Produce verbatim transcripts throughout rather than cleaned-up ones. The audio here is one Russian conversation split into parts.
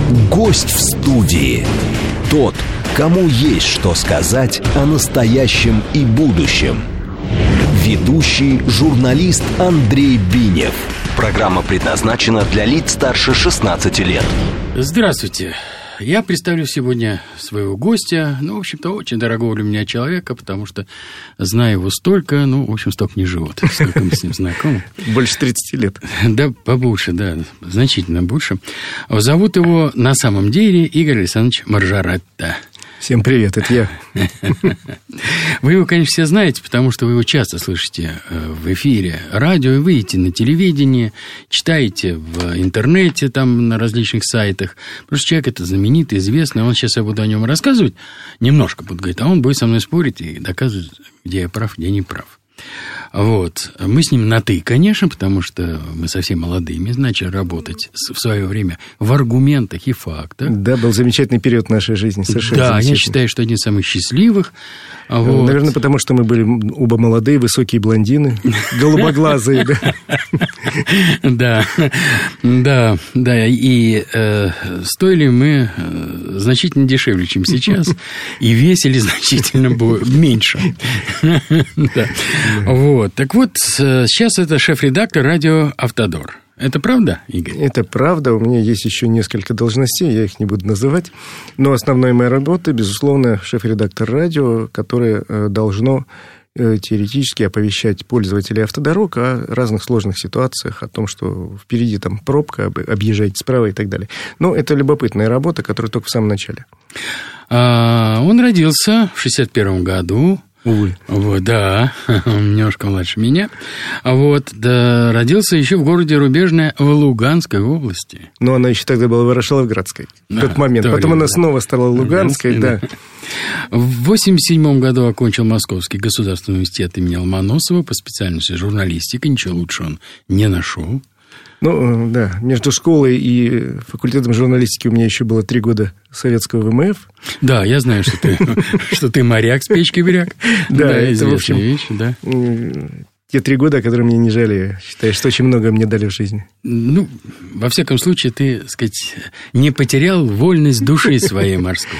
Гость в студии. Тот, кому есть что сказать о настоящем и будущем. Ведущий журналист Андрей Бинев. Программа предназначена для лиц старше шестнадцати лет. Здравствуйте. Я представлю сегодня своего гостя, ну, в общем-то, очень дорогого для меня человека, потому что, зная его столько, ну, в общем, столько не живут, сколько мы с ним знакомы. Больше тридцати лет. Да, побольше, да, значительно больше. Зовут его на самом деле Игорь Александрович Маржаретта. Всем привет, это я. Вы его, конечно, все знаете, потому что вы его часто слышите в эфире радио, и выйдете на телевидении, читаете в интернете, там, на различных сайтах. Потому что человек это знаменитый, известный. Он сейчас я буду о нем рассказывать, немножко буду говорить, а он будет со мной спорить и доказывать, где я прав, где я не прав. Вот. Мы с ним на «ты», конечно, потому что мы совсем молодыми начали работать в свое время в аргументах и фактах. Да, был замечательный период нашей жизни, совершенно Да, я считаю, что один из самых счастливых. Вот. Наверное, потому что мы были оба молодые, высокие блондины, голубоглазые. Да, да, да, и стоили мы значительно дешевле, чем сейчас, и весили значительно меньше. Вот, так вот, сейчас это шеф-редактор радио «Автодор». Это правда, Игорь? Это правда. У меня есть еще несколько должностей, я их не буду называть. Но основная моя работа, безусловно, шеф-редактор радио, которое должно теоретически оповещать пользователей автодорог о разных сложных ситуациях, о том, что впереди там пробка, объезжайте справа и так далее. Но это любопытная работа, которая только в самом начале. А, он родился в шестьдесят первом году. Увы. Вот, да, он немножко младше меня. Вот, да, родился еще в городе Рубежное в Луганской области. Но она еще тогда была Ворошиловградской в а, тот момент. Потом она да. снова стала Луганской, да. да. В восемьдесят седьмом году окончил Московский государственный университет имени Ломоносова по специальности журналистика. Ничего лучше он не нашел. Ну, да, между школой и факультетом журналистики у меня еще было три года советского вэ эм эф. Да, я знаю, что ты, что ты моряк с печки-беряк. Да, это, в общем, да. Те три года, которые мне не жалею, считаю, что очень много мне дали в жизни. Ну, во всяком случае, ты, так сказать, не потерял вольность души своей морской.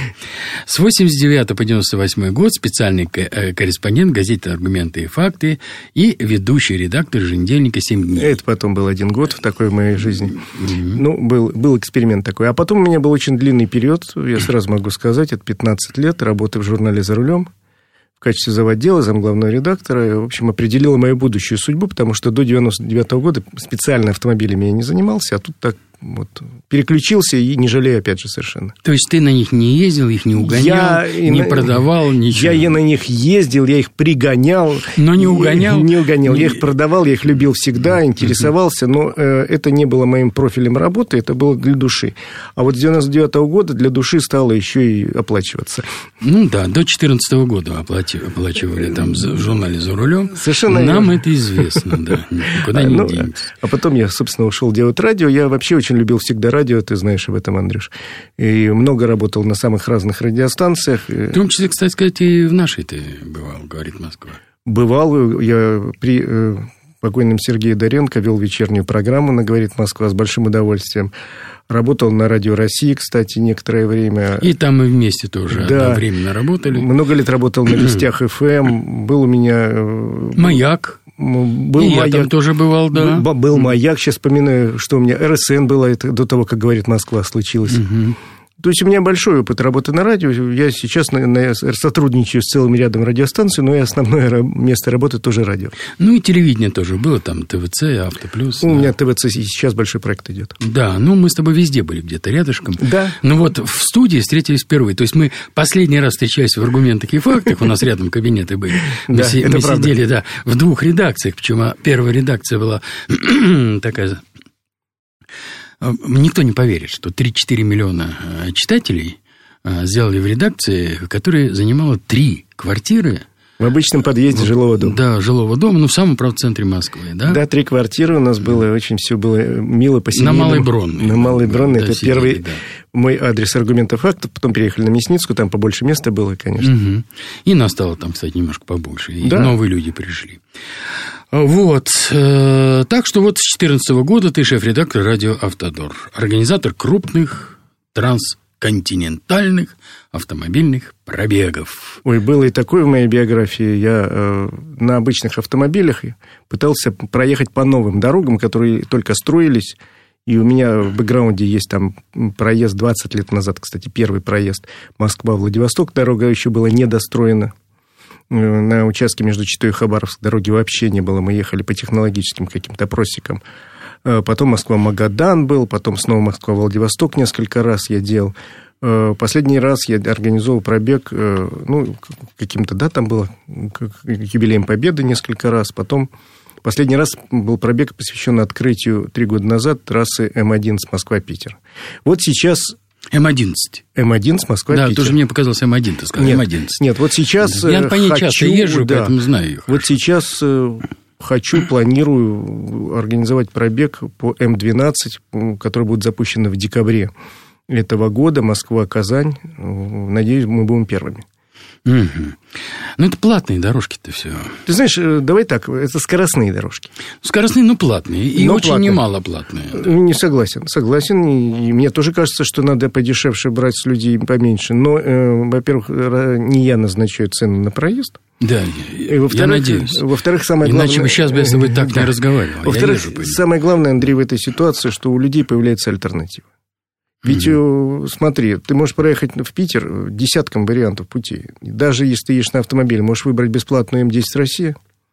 С восемьдесят девятого по девяносто восьмой год специальный корреспондент газеты «Аргументы и факты» и ведущий редактор еженедельника «Семь дней». Это потом был один год в такой моей жизни. Mm-hmm. Ну, был, был эксперимент такой. А потом у меня был очень длинный период, я сразу могу сказать, это пятнадцать лет работы в журнале «За рулем». В качестве заводдела, замглавного редактора, в общем, определила мою будущую судьбу, потому что до девяносто девятого года специально автомобилями я не занимался, а тут так вот переключился и не жалею, опять же, совершенно. То есть ты на них не ездил, их не угонял, я не на... продавал, ничего? Я на них ездил, я их пригонял. Но не угонял? Не угонял, я их продавал, я их любил всегда, интересовался, но э, это не было моим профилем работы, это было для души. А вот с девяносто девятого года для души стало еще и оплачиваться. Ну да, до четырнадцатого года оплачивали, оплачивали там в журнале «За рулем». Совершенно Нам это известно, да, никуда не денется. А потом я, собственно, ушел делать радио, я вообще очень любил всегда радио, ты знаешь об этом, Андрюш. И много работал на самых разных радиостанциях. В том числе, кстати сказать, и в нашей ты бывал, говорит Москва. Бывал. Я при э, покойном Сергее Доренко вел вечернюю программу на «Говорит Москва» с большим удовольствием. Работал на Радио России, кстати, некоторое время. И там мы вместе тоже да. одновременно работали. Много лет работал на Вестях эф эм. Был у меня... «Маяк». Был и «Маяк». Я там тоже бывал, да. Был, был «Маяк». Сейчас вспоминаю, что у меня эр эс эн было, это до того, как «Говорит Москва» случилось. Угу. То есть у меня большой опыт работы на радио. Я сейчас на, на, сотрудничаю с целым рядом радиостанций, но и основное место работы тоже радио. Ну и телевидение тоже было, там тэ вэ цэ, Автоплюс. У да. меня тэ вэ цэ сейчас большой проект идет. Да, ну мы с тобой везде были где-то рядышком. Да. Ну вот в студии встретились впервые. То есть мы последний раз встречались в «Аргументах и фактах», у нас рядом кабинеты были. Мы, да, си- мы сидели да, в двух редакциях, причем первая редакция была такая... Никто не поверит, что три-четыре миллиона читателей сделали в редакции, которая занимала три квартиры. В обычном подъезде жилого дома. Да, жилого дома, ну, в самом, правда, центре Москвы, да? Да, три квартиры у нас было, очень все было мило, по-семейному. На Малой Бронной. На Малой Бронной, да, это сидели, первый да. мой адрес «Аргументов фактов», потом переехали на Мясницкую, там побольше места было, конечно. Угу. И нас стало там, кстати, немножко побольше, и да. новые люди пришли. Вот, так что вот с две тысячи четырнадцатого года ты шеф-редактор радио «Автодор», организатор крупных трансконтинентальных автомобильных пробегов. Ой, было и такое в моей биографии. Я э, на обычных автомобилях пытался проехать по новым дорогам, которые только строились. И у меня в бэкграунде есть там проезд двадцать лет назад, кстати, первый проезд Москва-Владивосток. Дорога еще была недостроена. На участке между Читой и Хабаровск дороги вообще не было. Мы ехали по технологическим каким-то просекам. Потом Москва-Магадан был, потом снова Москва-Владивосток несколько раз я делал. Последний раз я организовал пробег, ну, каким-то, да, там было юбилеем Победы несколько раз. Потом последний раз был пробег, посвященный открытию три года назад трассы эм один с Москва-Питер. Вот сейчас... эм одиннадцать. эм один с Москва-Питер. Да, тоже мне показалось эм один, ты сказал, нет, эм одиннадцать. Нет, вот сейчас я по ней хочу, часто езжу, да, поэтому знаю ее. Вот сейчас хочу, планирую организовать пробег по эм двенадцать, который будет запущен в декабре этого года, Москва-Казань. Надеюсь, мы будем первыми. Угу. Ну, это платные дорожки-то все. Ты знаешь, давай так, это скоростные дорожки. Скоростные, но платные, и но очень платные. немало платные. Не согласен, согласен, и мне тоже кажется, что надо подешевше брать с людей поменьше, но, э, во-первых, не я назначаю цену на проезд. Да, и, во-вторых, я надеюсь. Во-вторых, самое главное... Иначе бы сейчас бы я с тобой так не разговаривал. Во-вторых, самое главное, Андрей, в этой ситуации, что у людей появляется альтернатива. Ведь, mm-hmm. смотри, ты можешь проехать в Питер десятком вариантов путей. Даже если ты едешь на автомобиле, можешь выбрать бесплатную эм десять Россия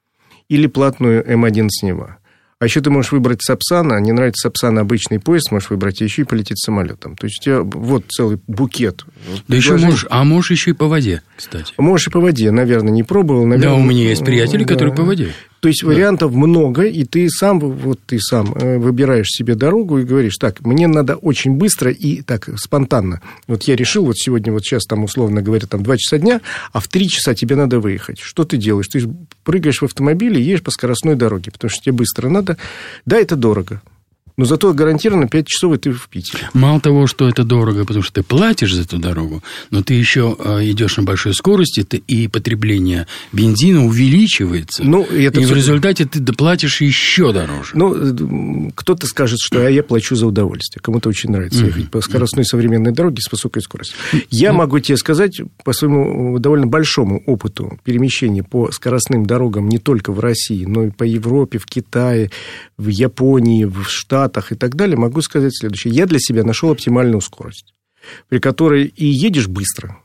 или платную эм одиннадцать Нева. А еще ты можешь выбрать Сапсана, не нравится Сапсана, обычный поезд можешь выбрать, и еще и полететь самолетом. То есть у тебя вот целый букет. Да еще можешь, а можешь еще и по воде, кстати. Можешь и по воде, наверное, не пробовал. Наверное, да, у меня есть приятели, да. которые по воде. То есть да. вариантов много, и ты сам, вот ты сам выбираешь себе дорогу и говоришь, так, мне надо очень быстро и так спонтанно. Вот я решил, вот сегодня, вот сейчас там условно говоря, там два часа дня, а в три часа тебе надо выехать. Что ты делаешь? Ты прыгаешь в автомобиле и едешь по скоростной дороге, потому что тебе быстро надо. Да, это дорого. Но зато гарантированно пять часов, и ты в Питере. Мало того, что это дорого, потому что ты платишь за эту дорогу, но ты еще идешь на большой скорости, ты, и потребление бензина увеличивается. Ну, это и все... в результате ты доплатишь еще дороже. Ну, кто-то скажет, что а я плачу за удовольствие. Кому-то очень нравится mm-hmm. ехать по скоростной современной дороге с высокой скоростью. Я mm-hmm. могу тебе сказать, по своему довольно большому опыту перемещения по скоростным дорогам не только в России, но и по Европе, в Китае, в Японии, в Штатах, и так далее, могу сказать следующее. Я для себя нашел оптимальную скорость, при которой и едешь быстро,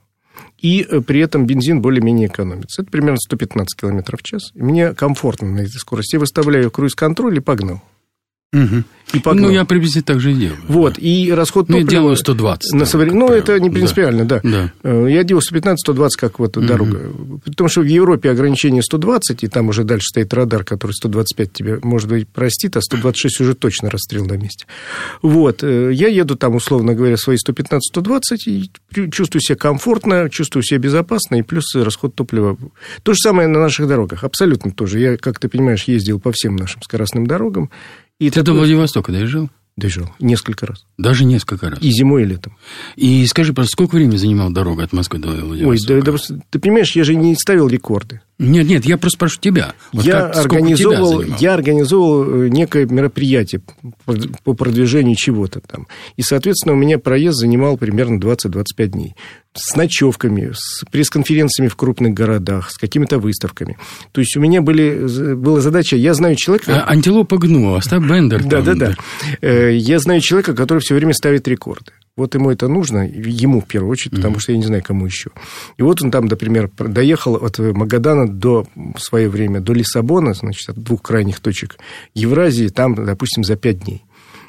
и при этом бензин более-менее экономится. Это примерно сто пятнадцать километров в час. И мне комфортно на этой скорости. Я выставляю круиз-контроль и погнал. Угу. И погнал. Ну, я приблизительно так же и делаю. Вот, да. И расход топлива... Ну, я делаю сто двадцать. На совре... Ну, это не принципиально, да. да. Я делаю сто пятнадцать - сто двадцать, как вот угу. дорога. Потому что в Европе ограничение сто двадцать, и там уже дальше стоит радар, который сто двадцать пять тебе, может быть, простит, а сто двадцать шесть уже точно расстрел на месте. Вот. Я еду там, условно говоря, свои сто пятнадцать - сто двадцать, и чувствую себя комфортно, чувствую себя безопасно, и плюс расход топлива. То же самое на наших дорогах. Абсолютно тоже. Я, как ты понимаешь, ездил по всем нашим скоростным дорогам. И ты такой... до Владивостока доезжал? Доезжал. Несколько раз. Даже несколько раз? И зимой, и летом. И скажи, просто сколько времени занимала дорога от Москвы до Владивостока? Ой, да, да, ты понимаешь, я же не ставил рекорды. Нет, нет, я просто спрашиваю тебя. Вот я, как, организовывал, я организовывал некое мероприятие по продвижению чего-то там. И, соответственно, у меня проезд занимал примерно двадцать - двадцать пять дней. С ночевками, с пресс-конференциями в крупных городах, с какими-то выставками. То есть у меня были, была задача, я знаю человека... А, антилопа гну, Остап Бендер. Да-да-да. Я знаю человека, который все время ставит рекорды. Вот ему это нужно, ему в первую очередь, потому что я не знаю, кому еще. И вот он там, например, доехал от Магадана до, в свое время до Лиссабона, значит, от двух крайних точек Евразии, там, допустим, за пять дней.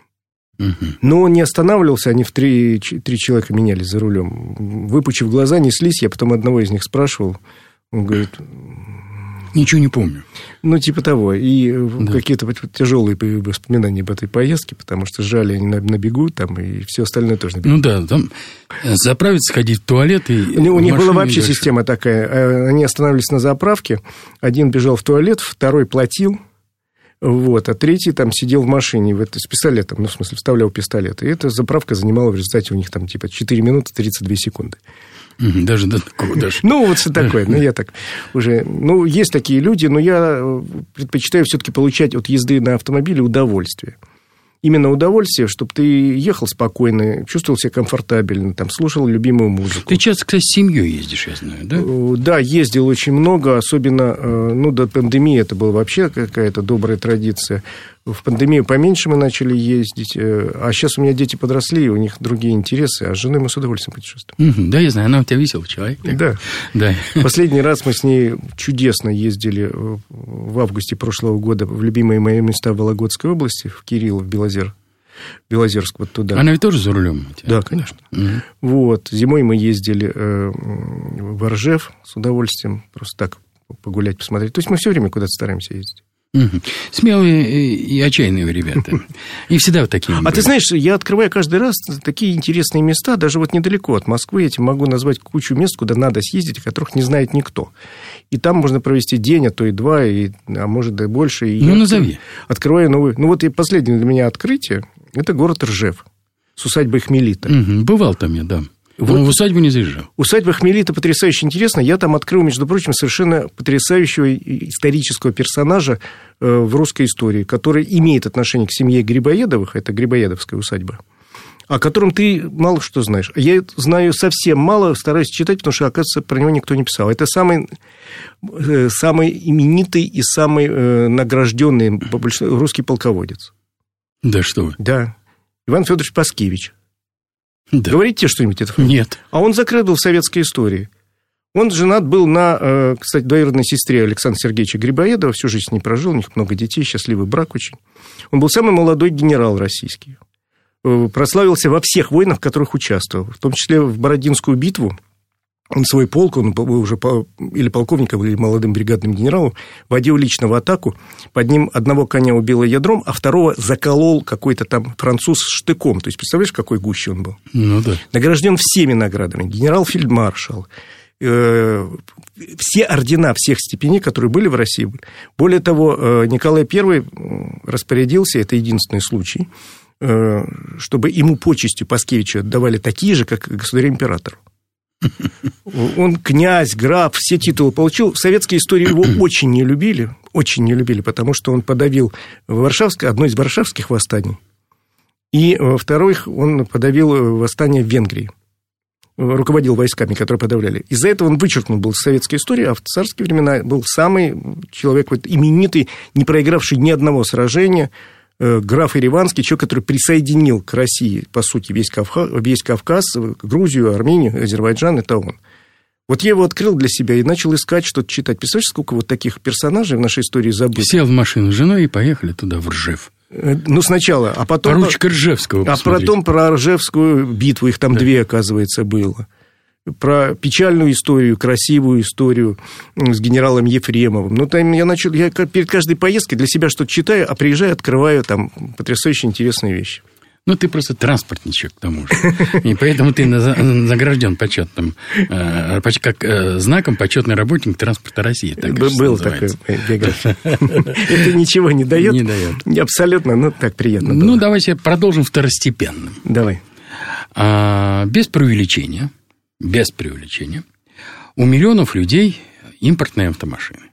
Но он не останавливался, они в три, три человека менялись за рулем. Выпучив глаза, неслись, я потом одного из них спрашивал, он говорит... Ничего не помню. Ну, типа того. И да. какие-то тяжелые воспоминания об этой поездке, потому что жали они на, на бегу, там, и все остальное тоже на бегу. Ну, да, там заправиться, ходить в туалет. И у них была вообще дальше. Система такая. Они останавливались на заправке, один бежал в туалет, второй платил, вот, а третий там сидел в машине с пистолетом, ну, в смысле, вставлял пистолет. И эта заправка занимала в результате у них там типа четыре минуты тридцать две секунды. Даже до такого даже. Ну, вот что такое. Ну, я так уже... Ну, есть такие люди, но я предпочитаю все-таки получать от езды на автомобиле удовольствие. именно удовольствие, чтобы ты ехал спокойно, чувствовал себя комфортабельно, там, слушал любимую музыку. Ты часто, кстати, с семьей ездишь, я знаю, да? Да, ездил очень много, особенно, ну, до пандемии это была вообще какая-то добрая традиция. В пандемию поменьше мы начали ездить, а сейчас у меня дети подросли, у них другие интересы, а с женой мы с удовольствием путешествуем. Угу, да, я знаю, она у тебя веселый человек. Да. да. Последний раз мы с ней чудесно ездили в августе прошлого года в любимые мои места в Вологодской области, в Кириллов, в Белозер. Белозерск, вот туда. Она ведь тоже за рулем? Да, конечно. Угу. Вот. Зимой мы ездили в Ржев с удовольствием, просто так погулять, посмотреть. То есть мы все время куда-то стараемся ездить. Угу. Смелые и отчаянные ребята. И всегда вот такие. А ты знаешь, я открываю каждый раз такие интересные места, даже вот недалеко от Москвы, я тебе могу назвать кучу мест, куда надо съездить, о которых не знает никто. И там можно провести день, а то и два, и, а может и больше. И ну, назови. Открываю новый. Ну, вот и последнее для меня открытие – это город Ржев с усадьбой Хмелита. Угу. Бывал там я, да. Вот. Но в усадьбу не заезжал. Усадьба Хмелита потрясающе интересна. Я там открыл, между прочим, совершенно потрясающего исторического персонажа в русской истории, который имеет отношение к семье Грибоедовых, это Грибоедовская усадьба, о котором ты мало что знаешь. Я знаю совсем мало, стараюсь читать, потому что, оказывается, про него никто не писал. Это самый, самый именитый и самый награжденный русский полководец. Да что вы. Да. Иван Федорович Паскевич. Да. Говорите тебе что-нибудь это? Нет. А он закрыт был в советской истории. Он женат был на, кстати, двоюродной сестре Александра Сергеевича Грибоедова, всю жизнь с ней прожил, у них много детей, счастливый брак очень. Он был самый молодой генерал российский. Прославился во всех войнах, в которых участвовал, в том числе в Бородинскую битву. Он свой полк, он был уже или полковником, или молодым бригадным генералом, водил лично в атаку. Под ним одного коня убило ядром, а второго заколол какой-то там француз штыком. То есть, представляешь, какой гуще он был? Ну, да. Награжден всеми наградами. Генерал-фельдмаршал. Все ордена всех степеней, которые были в России. Более того, Николай Первый распорядился, это единственный случай, чтобы ему почести Паскевичу отдавали такие же, как государю-императору. Он князь, граф, все титулы получил. В советской истории его очень не любили, очень не любили, потому что он подавил Варшавское, одно из варшавских восстаний. И, во-вторых, он подавил восстание в Венгрии. Руководил войсками, которые подавляли. Из-за этого он вычеркнут был из советской истории, а в царские времена был самый человек вот, именитый, не проигравший ни одного сражения, граф Ереванский, человек, который присоединил к России, по сути, весь Кавказ, весь Кавказ, Грузию, Армению, Азербайджан, это он. Вот я его открыл для себя и начал искать, что-то читать. Представляешь, сколько вот таких персонажей в нашей истории забыто? Сел в машину с женой и поехали туда, в Ржев. Ну, сначала, а потом... Поручика Ржевского А посмотреть. потом про Ржевскую битву, их там да. две, оказывается, было. Про печальную историю, красивую историю с генералом Ефремовым. Ну, там я начал, я перед каждой поездкой для себя что-то читаю, а приезжаю, открываю там потрясающе интересные вещи. Ну, ты просто транспортничек, к тому же. И поэтому ты награжден почетным, как знаком почетный работник транспорта России. Был такой биография. Это ничего не дает. Не дает. Абсолютно, ну, так приятно было. Ну, давайте продолжим второстепенным. Давай. Без преувеличения. Без преувеличения, у миллионов людей импортные автомашины.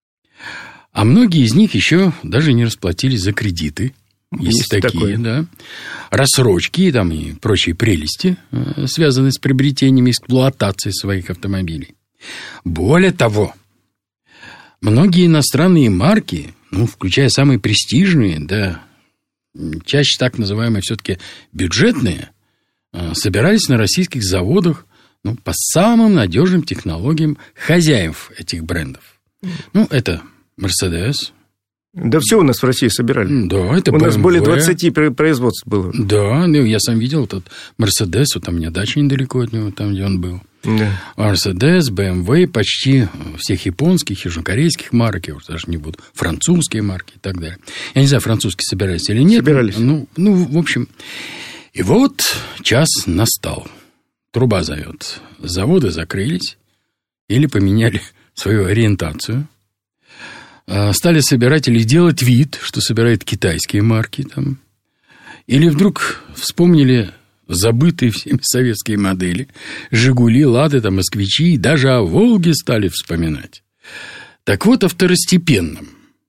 А многие из них еще даже не расплатились за кредиты. Есть, Есть такие, такое. Да. Рассрочки там, и прочие прелести, связанные с приобретением и эксплуатацией своих автомобилей. Более того, многие иностранные марки, ну, включая самые престижные, да, чаще так называемые все-таки бюджетные, собирались на российских заводах ну, по самым надежным технологиям хозяев этих брендов. Ну, это Мерседес. Да все у нас в России собирали. Да, это У бэ эм вэ. Нас более двадцати производств было. Да, я сам видел этот Мерседес, вот там у меня дача недалеко от него, там, где он был. Да. Мерседес, бэ эм вэ, почти всех японских, южнокорейских марок, я уже даже не буду, французские марки и так далее. Я не знаю, французские собирались или нет. Собирались. Ну, ну, в общем, и вот час настал. Труба зовет. Заводы закрылись или поменяли свою ориентацию. Стали собирать или делать вид, что собирают китайские марки там. Или вдруг вспомнили забытые всеми советские модели. «Жигули», «Лады», там, «Москвичи», и даже о «Волге» стали вспоминать. Так вот, о второстепенном.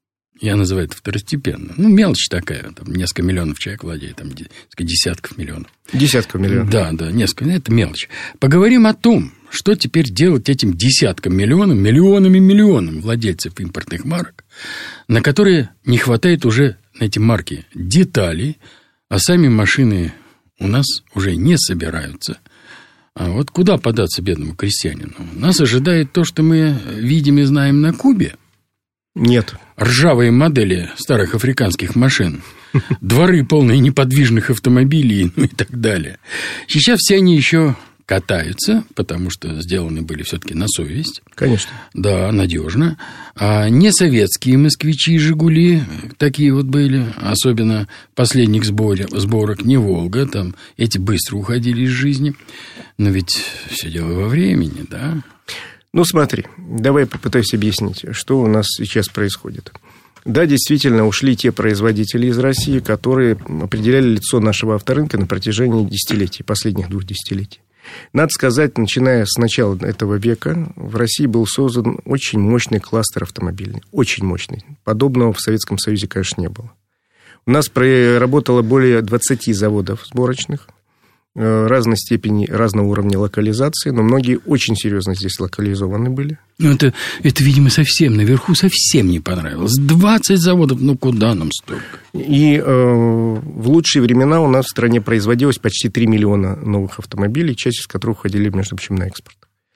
Я называю это второстепенно. Ну, мелочь такая. Там несколько миллионов человек владеет, там несколько десятков миллионов. Десятков миллионов. Да, да, несколько. Это мелочь. Поговорим о том, что теперь делать этим десяткам миллионам, миллионам и миллионам владельцев импортных марок, на которые не хватает уже, на эти марки, деталей, а сами машины у нас уже не собираются. А вот куда податься бедному крестьянину? Нас ожидает то, что мы видим и знаем на Кубе. Нет. Ржавые модели старых африканских машин, дворы, полные неподвижных автомобилей, ну и так далее. Сейчас все они еще катаются, потому что сделаны были все-таки на совесть. Конечно. Да, надежно. А не советские москвичи и «Жигули» такие вот были, особенно последних сборок, не «Волга», там эти быстро уходили из жизни. Но ведь все дело во времени, да? Ну, смотри, давай попытаюсь объяснить, что у нас сейчас происходит. Да, действительно, ушли те производители из России, которые определяли лицо нашего авторынка на протяжении десятилетий, последних двух десятилетий. Надо сказать, начиная с начала этого века, в России был создан очень мощный кластер автомобильный. Очень мощный. Подобного в Советском Союзе, конечно, не было. У нас работало более двадцати заводов сборочных, разной степени, разного уровня локализации, но многие очень серьезно здесь локализованы были. Ну, это, это, видимо, совсем наверху совсем не понравилось. двадцать заводов, ну, куда нам столько? И э, в лучшие времена у нас в стране производилось почти три миллиона новых автомобилей, часть из которых уходили, между прочим, на экспорт.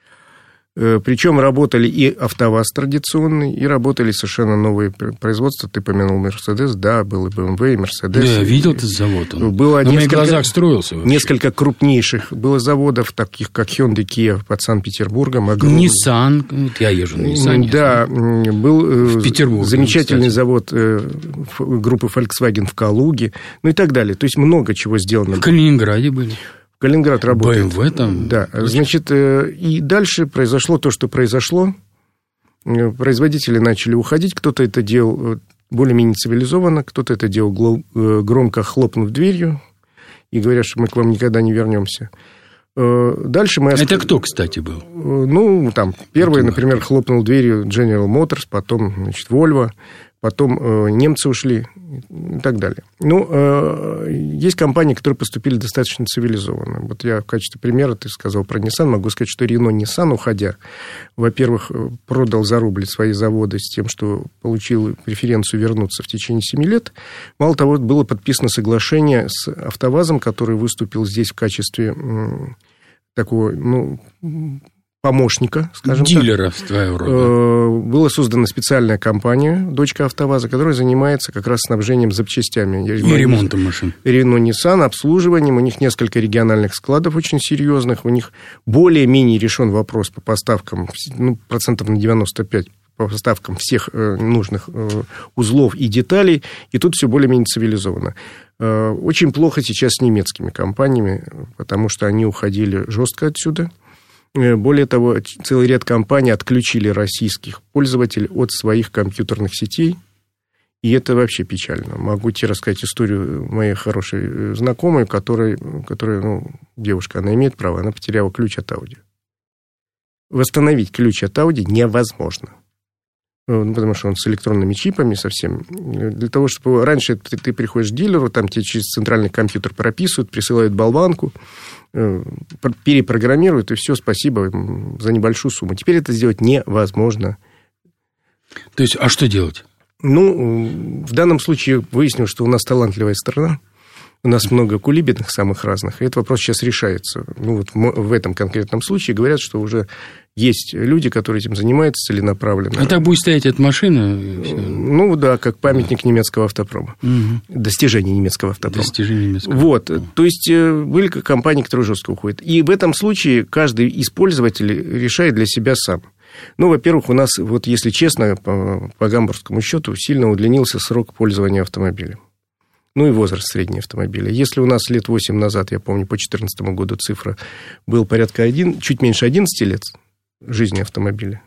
Э, причем работали и АвтоВАЗ традиционный, и работали совершенно новые производства. Ты помянул Мерседес, да, был и бэ эм вэ, и Мерседес. Да, я видел этот завод. Он было на несколько, моих глазах строился вообще. Несколько крупнейших было заводов, таких как Hyundai, Kia под Санкт-Петербургом. Огромный. Nissan, я езжу на Nissan. Да, был в Петербурге, замечательный кстати. завод группы Volkswagen в Калуге, ну и так далее. То есть много чего сделано. В Калининграде были. Калининград работает. бэ эм вэ там. Да, значит, и дальше произошло то, что произошло. Производители начали уходить. Кто-то это делал более-менее цивилизованно, кто-то это делал громко, хлопнув дверью и говорят, что мы к вам никогда не вернемся. Дальше мы... Это кто, кстати, был? Ну, там, первый, например, хлопнул дверью General Motors, потом, значит, Volvo, потом э, немцы ушли и так далее. Ну, э, есть компании, которые поступили достаточно цивилизованно. Вот я в качестве примера, ты сказал про Nissan, могу сказать, что Renault Nissan, уходя, во-первых, продал за рубль свои заводы с тем, что получил преференцию вернуться в течение семи лет. Мало того, было подписано соглашение с АвтоВАЗом, который выступил здесь в качестве э, такого, ну... помощника, скажем дилера, так. Дилера рода. Была создана специальная компания, дочка АвтоВАЗа, которая занимается как раз снабжением запчастями. И ремонтом машин. Renault Nissan, обслуживанием. У них несколько региональных складов очень серьезных. У них более-менее решен вопрос по поставкам, ну, процентов на девяносто пять по поставкам всех нужных узлов и деталей. И тут все более-менее цивилизованно. Очень плохо сейчас с немецкими компаниями, потому что они уходили жестко отсюда. Более того, целый ряд компаний отключили российских пользователей от своих компьютерных сетей, и это вообще печально. Могу тебе рассказать историю моей хорошей знакомой, которая, которая ну, девушка, она имеет право, она потеряла ключ от Audi. Восстановить ключ от Audi невозможно. Потому что он с электронными чипами совсем. Для того, чтобы... Раньше ты, ты приходишь к дилеру, там тебе через центральный компьютер прописывают, присылают болванку, перепрограммируют, и все, спасибо за небольшую сумму. Теперь это сделать невозможно. То есть, а что делать? Ну, в данном случае выяснилось, что у нас талантливая страна. У нас много кулибиных самых разных, и этот вопрос сейчас решается. Ну, вот в этом конкретном случае говорят, что уже есть люди, которые этим занимаются целенаправленно. А так будет стоять эта машина? Ну, да, как памятник немецкого автопрома. Угу. Достижение немецкого автопрома. Достижение немецкого Вот, автопрома. то есть, были компании, которые жестко уходят. И в этом случае каждый из пользователей решает для себя сам. Ну, во-первых, у нас, вот если честно, по, по гамбургскому счету, сильно удлинился срок пользования автомобилем. Ну, и возраст среднего автомобиля. Если у нас лет восемь назад, я помню, по две тысячи четырнадцатому году цифра был порядка один, чуть меньше одиннадцати лет жизни автомобиля,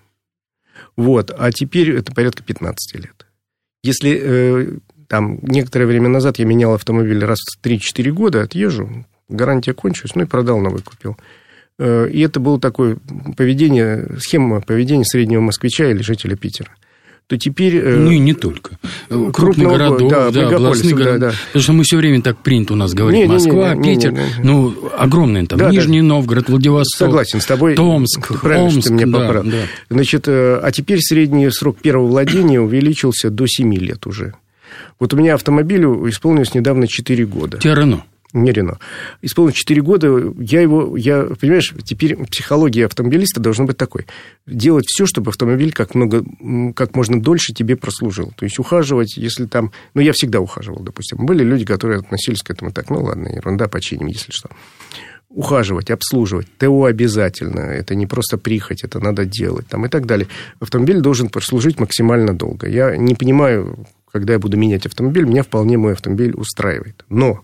вот, а теперь это порядка пятнадцати лет. Если э, там некоторое время назад я менял автомобиль раз в три-четыре года, отъезжу, гарантия кончилась, ну, и продал новый, купил. Э, и это было такое поведение, схема поведения среднего москвича или жителя Питера. то теперь... Ну, и не только. Крупных городов, да, да, областных городов. Да, да. Потому что мы все время так принято у нас говорить. Не, Москва, не, не, Питер, не, не, не. ну, огромные там. Да, Нижний да. Новгород, Владивосток. Согласен с тобой. Томск, правильно, Омск. Что ты меня поправил. Да, да. Значит, а теперь средний срок первого владения увеличился до семи лет уже. Вот у меня автомобилю исполнилось недавно четыре года. У тебя Рено? Не Рено. Исполнилось четыре года, я его, я, понимаешь, теперь психология автомобилиста должна быть такой. Делать все, чтобы автомобиль как, много, как можно дольше тебе прослужил. То есть, ухаживать, если там... Ну, я всегда ухаживал, допустим. Были люди, которые относились к этому так, ну, ладно, ерунда, починим, если что. Ухаживать, обслуживать. ТО обязательно. Это не просто прихоть, это надо делать. Там, и так далее. Автомобиль должен прослужить максимально долго. Я не понимаю, когда я буду менять автомобиль, меня вполне мой автомобиль устраивает. Но...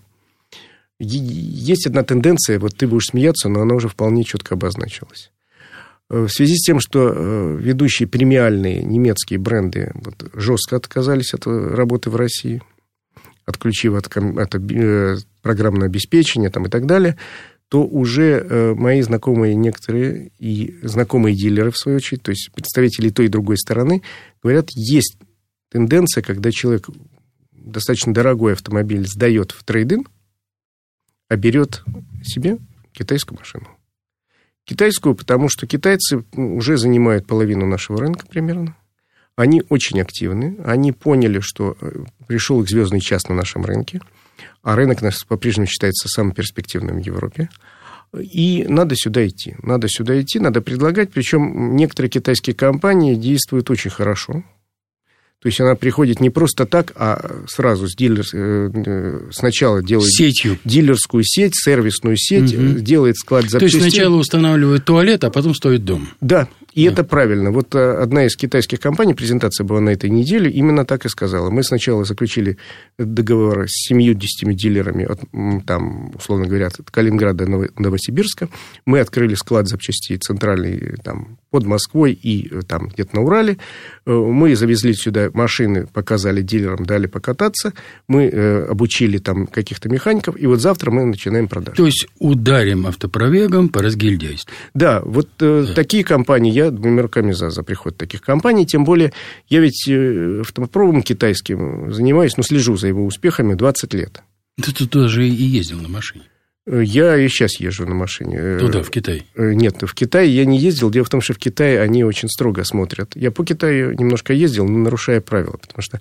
Есть одна тенденция, вот ты будешь смеяться, но она уже вполне четко обозначилась. В связи с тем, что ведущие премиальные немецкие бренды вот, жестко отказались от работы в России, отключив от, от программное обеспечение там, и так далее, то уже мои знакомые некоторые и знакомые дилеры, в свою очередь, то есть представители той и другой стороны, говорят, есть тенденция, когда человек достаточно дорогой автомобиль сдает в трейд-ин, а берет себе китайскую машину. Китайскую, потому что китайцы уже занимают половину нашего рынка примерно. Они очень активны. Они поняли, что пришел их звездный час на нашем рынке, а рынок наш по-прежнему считается самым перспективным в Европе. И надо сюда идти. Надо сюда идти, надо предлагать. Причем некоторые китайские компании действуют очень хорошо. То есть, она приходит не просто так, а сразу с дилер... сначала делает сетью. Дилерскую сеть, сервисную сеть, угу. делает склад запчастей. То есть, сначала устанавливают туалет, а потом стоит дом. Да, и да. это правильно. Вот одна из китайских компаний, презентация была на этой неделе, именно так и сказала. Мы сначала заключили договор с семьюдесятью дилерами, от, там, условно говоря, от Калининграда до Новосибирска. Мы открыли склад запчастей центральный там, под Москвой и там, где-то на Урале. Мы завезли сюда машины, показали дилерам, дали покататься. Мы э, обучили там каких-то механиков. И вот завтра мы начинаем продажи. То есть, ударим автопробегом по разгильдяйству. Да, вот э, да. такие компании, я двумя руками за, за приход таких компаний. Тем более, я ведь э, автопробом китайским занимаюсь, но слежу за его успехами двадцать лет. Ты тут тоже и ездил на машине. Я и сейчас езжу на машине. Туда, в Китай? Нет, в Китай я не ездил. Дело в том, что в Китае они очень строго смотрят. Я по Китаю немножко ездил, но нарушая правила, потому что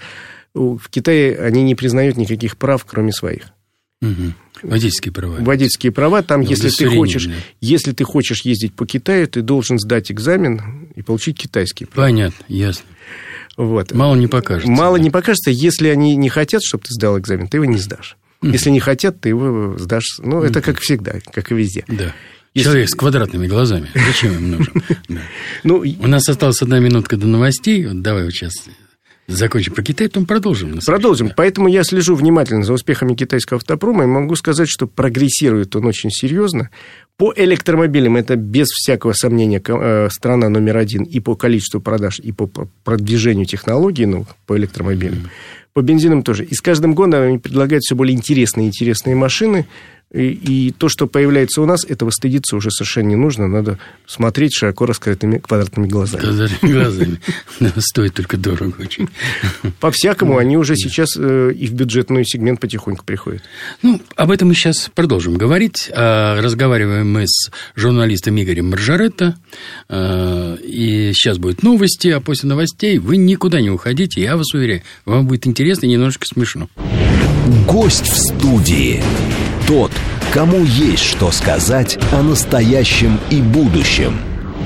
в Китае они не признают никаких прав, кроме своих. Угу. Водительские права. Водительские права. Там, если ты, хочешь, если ты хочешь ездить по Китаю, ты должен сдать экзамен и получить китайские права. Понятно, ясно. Вот. Мало не покажется. Мало да. не покажется. Если они не хотят, чтобы ты сдал экзамен, ты его не сдашь. Если не хотят, ты его сдашь. Ну, это как всегда, как и везде. Да. Если... Человек с квадратными глазами. Зачем им нужен? Да. Ну, у нас осталась одна минутка до новостей. Вот давай вот сейчас закончим про Китай, потом продолжим. Продолжим. Да. Поэтому я слежу внимательно за успехами китайского автопрома и могу сказать, что прогрессирует он очень серьезно. По электромобилям это без всякого сомнения страна номер один и по количеству продаж, и по продвижению технологий, ну, по электромобилям. Mm. По бензинам тоже. И с каждым годом они предлагают все более интересные и интересные машины. И, и то, что появляется у нас, этого стыдиться уже совершенно не нужно. Надо смотреть широко раскрытыми квадратными глазами. Квадратными глазами. Стоит только дорого очень. По-всякому они уже сейчас и в бюджетный сегмент потихоньку приходят. Ну, об этом мы сейчас продолжим говорить. Разговариваем мы с журналистом Игорем Маржаретто. И сейчас будут новости, а после новостей вы никуда не уходите. Я вас уверяю, вам будет интересно и немножко смешно. Гость в студии. Тот, кому есть что сказать о настоящем и будущем.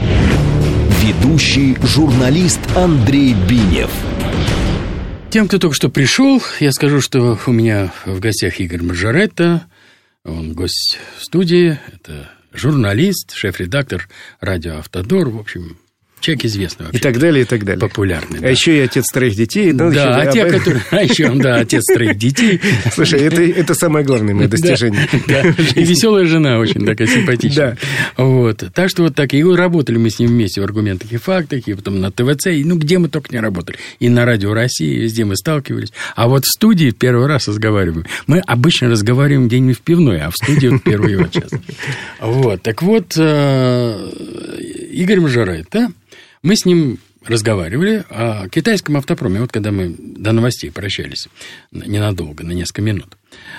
Ведущий журналист Андрей Бинев. Тем, кто только что пришел, я скажу, что у меня в гостях Игорь Маржаретто. Он гость в студии. Это журналист, шеф-редактор радио «Автодор». В общем, человек известный вообще. И так далее, и так далее. Популярный. А да. еще и отец троих детей. Да, еще, а те, которые... А еще, да, отец троих детей. Слушай, это, это самое главное мое достижение. Да, да. И веселая жена очень такая симпатичная. Да. Вот. Так что вот так. И работали мы с ним вместе в «Аргументах и фактах», и потом на ТВЦ, и ну, где мы только не работали. И на Радио России, везде мы сталкивались. А вот в студии первый раз разговариваем. Мы обычно разговариваем где-нибудь в пивной, а в студии вот первый вот час. Вот. Так вот, Игорь Маржаретто, да? Мы с ним разговаривали о китайском автопроме. Вот когда мы до новостей прощались ненадолго, на несколько минут.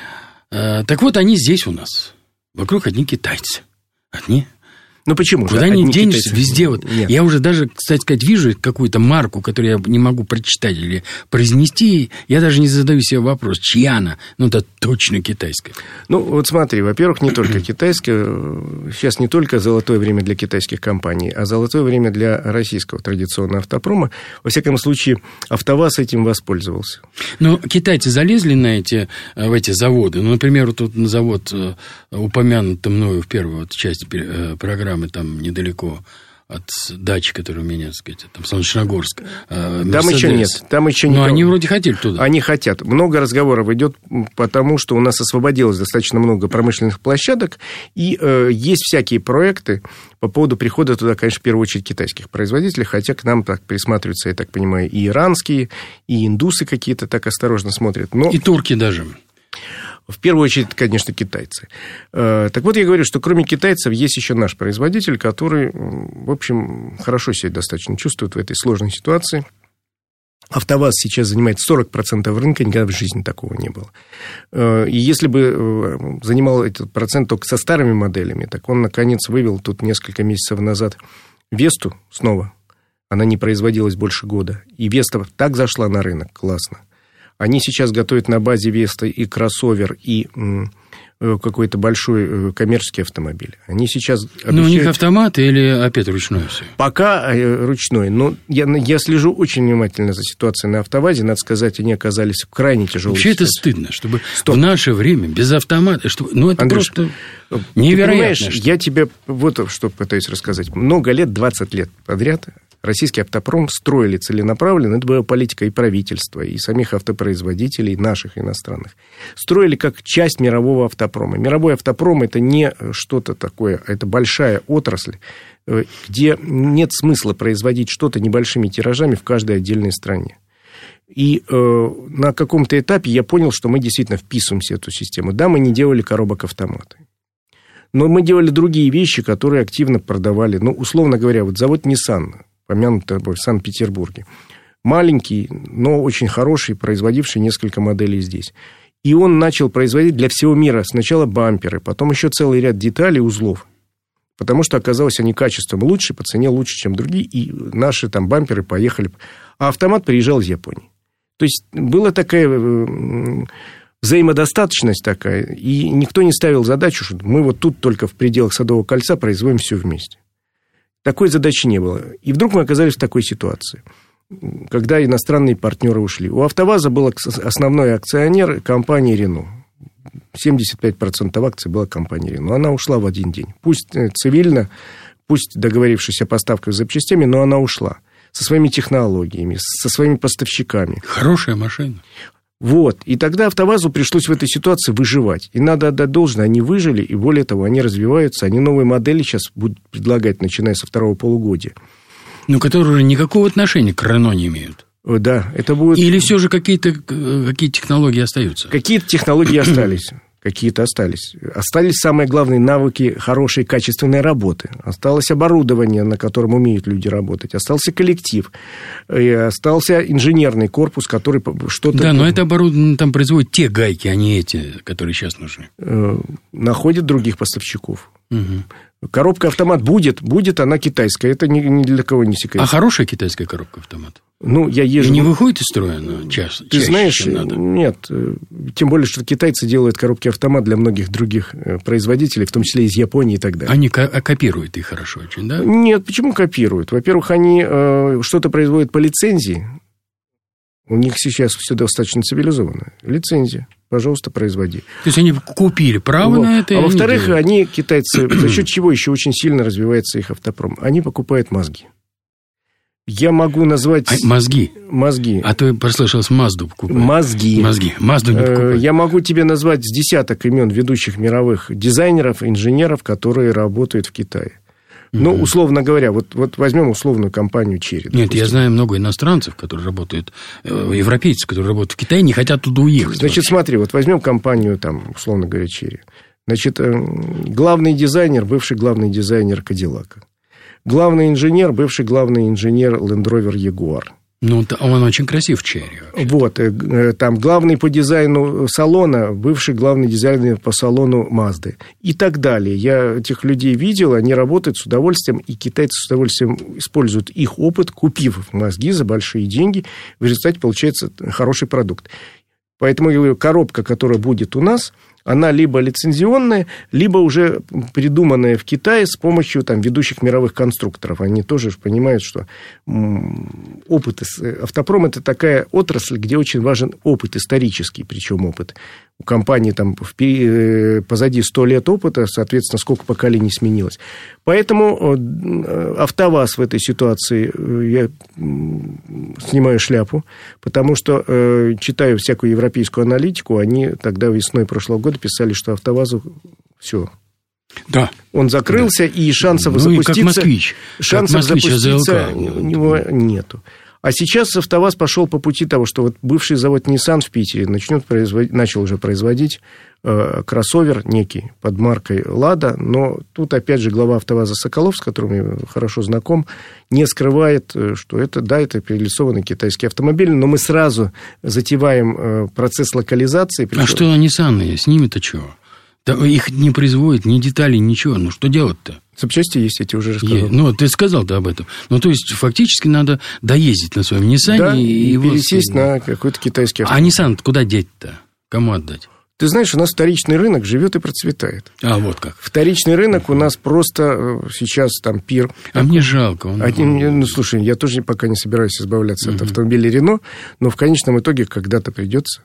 Так вот, они здесь у нас. Вокруг одни китайцы. Одни. Ну, почему же? Куда ни денешься, везде вот. Нет. Я уже даже, кстати сказать, вижу какую-то марку, которую я не могу прочитать или произнести. Я даже не задаю себе вопрос, чья она. Ну, это точно китайская. Ну, вот смотри, во-первых, не только китайская. Сейчас не только золотое время для китайских компаний, а золотое время для российского традиционного автопрома. Во всяком случае, АвтоВАЗ этим воспользовался. Но китайцы залезли на эти, в эти заводы. Ну, например, вот тут завод, упомянутый мною в первой вот части программы, там недалеко от дачи, которая у меня, так сказать, там Солнечногорск. Mercedes. Там еще нет. Там еще Но они вроде хотели туда. Они хотят. Много разговоров идет, потому что у нас освободилось достаточно много промышленных площадок, и э, есть всякие проекты по поводу прихода туда, конечно, в первую очередь китайских производителей, хотя к нам так присматриваются, я так понимаю, и иранские, и индусы какие-то так осторожно смотрят. Но... И турки даже. В первую очередь, конечно, китайцы. Так вот, я говорю, что кроме китайцев есть еще наш производитель, который, в общем, хорошо себя достаточно чувствует в этой сложной ситуации. АвтоВАЗ сейчас занимает сорок процентов рынка, никогда в жизни такого не было. И если бы занимал этот процент только со старыми моделями, так он, наконец, вывел тут несколько месяцев назад Весту снова. Она не производилась больше года. И Веста так зашла на рынок, классно. Они сейчас готовят на базе Веста и кроссовер, и какой-то большой коммерческий автомобиль. Они сейчас обещают... Ну, у них автоматы или опять ручной все? Пока ручной. Но я, я слежу очень внимательно за ситуацией на АвтоВАЗе. Надо сказать, они оказались в крайне тяжелой Вообще ситуации. Это стыдно, чтобы Стоп. в наше время без автомата... Чтобы... Ну, это Андрюш, просто невероятно. Ты понимаешь, я тебе вот что пытаюсь рассказать. Много лет, двадцать лет подряд... Российский автопром строили целенаправленно, это была политика и правительства, и самих автопроизводителей, наших иностранных. Строили как часть мирового автопрома. Мировой автопром – это не что-то такое, это большая отрасль, где нет смысла производить что-то небольшими тиражами в каждой отдельной стране. И э, на каком-то этапе я понял, что мы действительно вписываемся в эту систему. Да, мы не делали коробок автомата. Но мы делали другие вещи, которые активно продавали. Ну, условно говоря, вот завод Nissan, помянутый в Санкт-Петербурге. Маленький, но очень хороший, производивший несколько моделей здесь. И он начал производить для всего мира сначала бамперы, потом еще целый ряд деталей, узлов. Потому что оказалось, они качеством лучше, по цене лучше, чем другие. И наши там бамперы поехали. А автомат приезжал из Японии. То есть, была такая взаимодостаточность такая. И никто не ставил задачу, что мы вот тут только в пределах Садового кольца производим все вместе. Такой задачи не было. И вдруг мы оказались в такой ситуации, когда иностранные партнеры ушли. У АвтоВАЗа был основной акционер компании «Рено». семьдесят пять процентов акций была компания «Рено». Она ушла в один день. Пусть цивильно, пусть договорившись о поставках запчастями, но она ушла. Со своими технологиями, со своими поставщиками. Хорошая машина. Вот. И тогда АвтоВАЗу пришлось в этой ситуации выживать. И надо отдать должное, они выжили, и более того, они развиваются, они новые модели сейчас будут предлагать, начиная со второго полугодия. Но которые уже никакого отношения к Рено не имеют. Да, это будет... Или все же какие-то какие технологии остаются? Какие-то технологии остались. Какие-то остались. Остались самые главные навыки хорошей, качественной работы. Осталось оборудование, на котором умеют люди работать. Остался коллектив. И остался инженерный корпус, который что-то... Да, но это оборудование там производит те гайки, а не эти, которые сейчас нужны. Находят других поставщиков. Угу. Коробка-автомат будет, будет она китайская. Это ни, ни для кого не секрет. А хорошая китайская коробка-автомат? Ну, я езжу... И не выходит из строя она чаще, Ты чаще, знаешь, чем надо? Нет. Тем более, что китайцы делают коробки-автомат для многих других производителей, в том числе из Японии и так далее. Они ко- копируют их хорошо очень, да? Нет, почему копируют? Во-первых, они э, что-то производят по лицензии. У них сейчас все достаточно цивилизованно. Лицензия. Пожалуйста, производи. То есть, они купили право вот. на это? А во-вторых, они, китайцы, за счет чего еще очень сильно развивается их автопром? Они покупают мозги. Я могу назвать... А, мозги? Мозги. А то я прослышалось, Мазду покупают. Мозги. Мозги. Мазду не покупают. Я могу тебе назвать с десяток имен ведущих мировых дизайнеров, инженеров, которые работают в Китае. Ну, mm-hmm. условно говоря, вот, вот возьмем условную компанию Черри. Нет, допустим. Я знаю много иностранцев, которые работают, э, европейцев, которые работают в Китае, не хотят туда уехать. Значит, вообще. Смотри, вот возьмем компанию, там, условно говоря, Черри. Значит, э, главный дизайнер, бывший главный дизайнер Кадиллака. главный инженер, бывший главный инженер Land Rover Jaguar. Ну, он очень красив, Черри. Вот, там главный по дизайну салона, бывший главный дизайнер по салону Мазды и так далее. Я этих людей видел, они работают с удовольствием, и китайцы с удовольствием используют их опыт, купив мозги за большие деньги. В результате получается хороший продукт. Поэтому коробка, которая будет у нас, она либо лицензионная, либо уже придуманная в Китае с помощью там, ведущих мировых конструкторов. Они тоже понимают, что опыт... Автопром – это такая отрасль, где очень важен опыт исторический, причем опыт. У компании там позади сто лет опыта, соответственно, сколько поколений сменилось. Поэтому АвтоВАЗ в этой ситуации, я снимаю шляпу, потому что, читаю всякую европейскую аналитику, они тогда весной прошлого года писали, что АвтоВАЗу все. Да. Он закрылся, да. И шансов ну, запуститься... И как москвич. Шансов как москвич, запуститься у него нету. А сейчас АвтоВАЗ пошел по пути того, что вот бывший завод Nissan в Питере начнет производить, начал уже производить э, кроссовер некий под маркой «Лада», но тут, опять же, глава АвтоВАЗа Соколов, с которым я хорошо знаком, не скрывает, что это, да, это перелицованный китайский автомобиль, но мы сразу затеваем э, процесс локализации. Причем... А что Nissan, с ними-то чего? Да их не производят, ни деталей, ничего. Ну, что делать-то? Запчасти есть, я тебе уже рассказал. Ну, ты сказал-то об этом. Ну, то есть, фактически надо доездить на своем Ниссане. Да, и, и его... пересесть на какой-то китайский автомобиль. А Nissan куда деть-то? Кому отдать? Ты знаешь, у нас вторичный рынок живет и процветает. А, вот как. Вторичный рынок у нас просто сейчас там пир. А мне жалко. Он... Один, ну, слушай, я тоже пока не собираюсь избавляться угу. от автомобиля Рено, но в конечном итоге когда-то придется.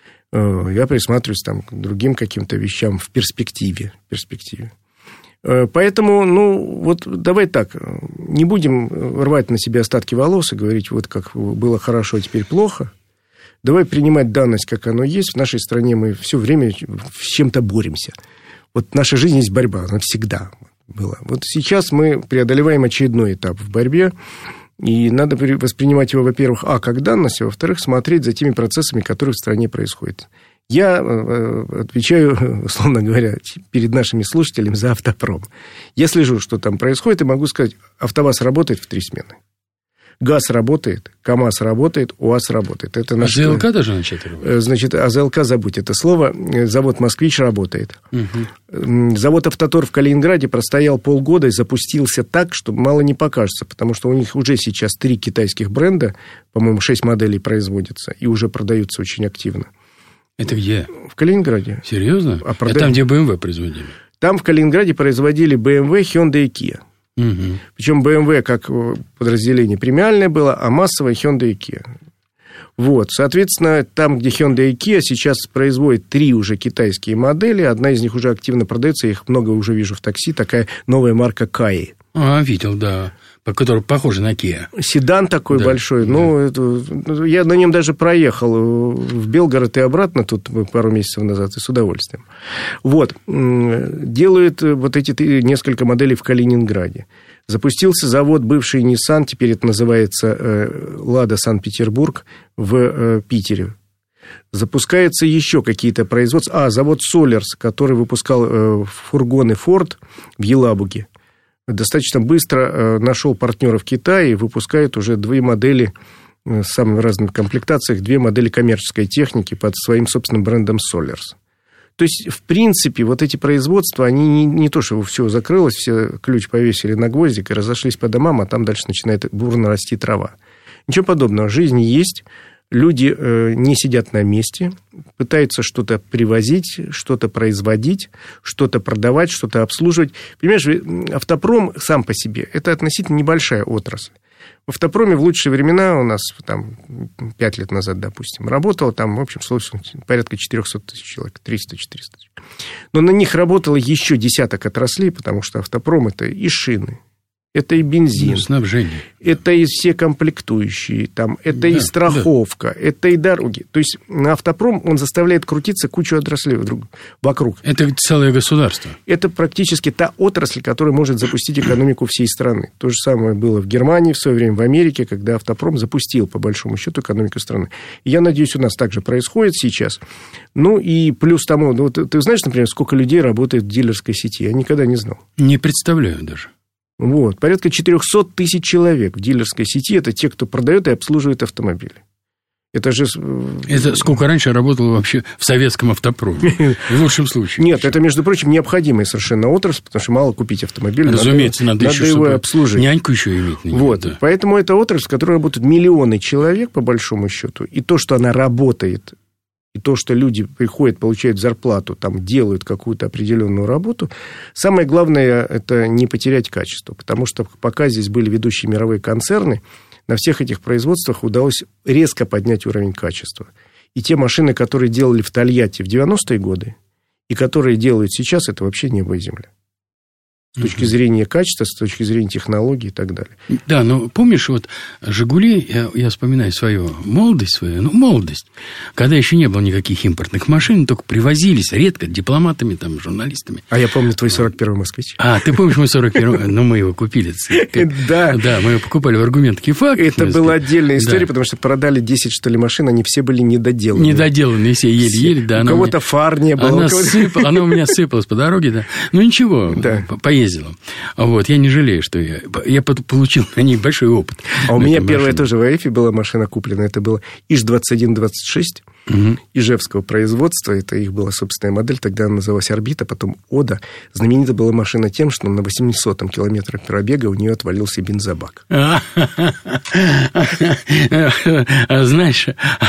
Я присматриваюсь там, к другим каким-то вещам в перспективе. В перспективе. Поэтому, ну, вот давай так, не будем рвать на себе остатки волос и говорить, вот как было хорошо, а теперь плохо. Давай принимать данность, как оно есть. В нашей стране мы все время с чем-то боремся. Вот наша жизнь есть борьба, она всегда была. Вот сейчас мы преодолеваем очередной этап в борьбе. И надо воспринимать его, во-первых, а, как данность, а во-вторых, смотреть за теми процессами, которые в стране происходят. Я отвечаю, условно говоря, перед нашими слушателями за автопром. Я слежу, что там происходит, и могу сказать, АвтоВАЗ работает в три смены. ГАЗ работает, КАМАЗ работает, УАЗ работает. Это наш... А ЗЛК даже начать работать? Значит, а ЗЛК забудь это слово. Завод «Москвич» работает. Угу. Завод «Автотор» в Калининграде простоял полгода и запустился так, что мало не покажется, потому что у них уже сейчас три китайских бренда, по-моему, шесть моделей производятся и уже продаются очень активно. Это где? В Калининграде. Серьезно? А прода... Это там, где бэ эм вэ производили? Там в Калининграде производили бэ эм вэ, Hyundai и Kia. Угу. Причем бэ эм вэ как подразделение премиальное было, а массовое Hyundai и Kia. Вот, соответственно, там, где Hyundai и Kia сейчас производят три уже китайские модели, одна из них уже активно продается, я их много уже вижу в такси, такая новая марка Каи. А, видел, да, который похож на Kia. Седан такой да, большой, да. Ну, это, я на нем даже проехал в Белгород и обратно тут пару месяцев назад, и с удовольствием. Вот, делают вот эти несколько моделей в Калининграде. Запустился завод бывший Nissan, теперь это называется «Лада Санкт-Петербург» в Питере. Запускаются еще какие-то производства. А, завод «Солерс», который выпускал фургоны Ford в Елабуге. Достаточно быстро нашел партнера в Китае и выпускает уже две модели с самыми разными комплектациями, две модели коммерческой техники под своим собственным брендом «Солерс». То есть, в принципе, вот эти производства, они не, не то, что все закрылось, все ключ повесили на гвоздик и разошлись по домам, а там дальше начинает бурно расти трава. Ничего подобного. Жизнь есть, люди э, не сидят на месте, пытаются что-то привозить, что-то производить, что-то продавать, что-то обслуживать. Понимаешь, автопром сам по себе – это относительно небольшая отрасль. В автопроме в лучшие времена у нас, там, пять лет назад, допустим, работало, там, в общем, порядка четыреста тысяч человек, триста-четыреста тысяч. Но на них работало еще десяток отраслей, потому что автопром – это и шины, это и бензин, ну, снабжение. Это и все комплектующие, там, это да, и страховка, да. Это и дороги. То есть, на автопром он заставляет крутиться кучу отраслей вдруг, вокруг. Это целое государство. Это практически та отрасль, которая может запустить экономику всей страны. То же самое было в Германии в свое время, в Америке, когда автопром запустил, по большому счету, экономику страны. И я надеюсь, у нас также происходит сейчас. Ну, и плюс тому, ну, ты, ты знаешь, например, сколько людей работает в дилерской сети? Я никогда не знал. Не представляю даже. Вот. Порядка четыреста тысяч человек в дилерской сети – это те, кто продает и обслуживает автомобили. Это же... Это сколько раньше работало вообще в советском автопроме, в лучшем случае. Нет, это, между прочим, необходимая совершенно отрасль, потому что мало купить автомобиль. Разумеется, надо, надо, надо еще, его обслужить. Няньку еще иметь. На него, вот. Да. Поэтому это отрасль, в которой работают миллионы человек, по большому счету. И то, что она работает, и то, что люди приходят, получают зарплату, там, делают какую-то определенную работу, самое главное – это не потерять качество. Потому что пока здесь были ведущие мировые концерны, на всех этих производствах удалось резко поднять уровень качества. И те машины, которые делали в Тольятти в девяностые годы, и которые делают сейчас, это вообще небо и земля. С точки зрения качества, с точки зрения технологий и так далее. Да, но помнишь, вот «Жигули», я, я вспоминаю свою молодость, свою, ну, молодость, когда еще не было никаких импортных машин, только привозились редко дипломатами, там, журналистами. А я помню твой сорок первый «Москвич». А, ты помнишь мой сорок первый? Ну, мы его купили. Да. Да, мы его покупали в «Аргумент Кифак». Это была отдельная история, потому что продали десять, что ли, машин, они все были недоделанные. Недоделанные все, еле-еле, да. У кого-то фар не было. Она у меня сыпалась по дороге, да. Ну, ничего, поездила. Вот, я не жалею, что я, я получил на ней большой опыт. А у меня первая тоже в АЭФе была машина куплена. Это была ИЖ двадцать один двадцать шесть, угу. Ижевского производства. Это их была собственная модель. Тогда она называлась «Орбита», потом «Ода». Знаменита была машина тем, что на восьмисотом километре пробега у нее отвалился бензобак. Знаешь,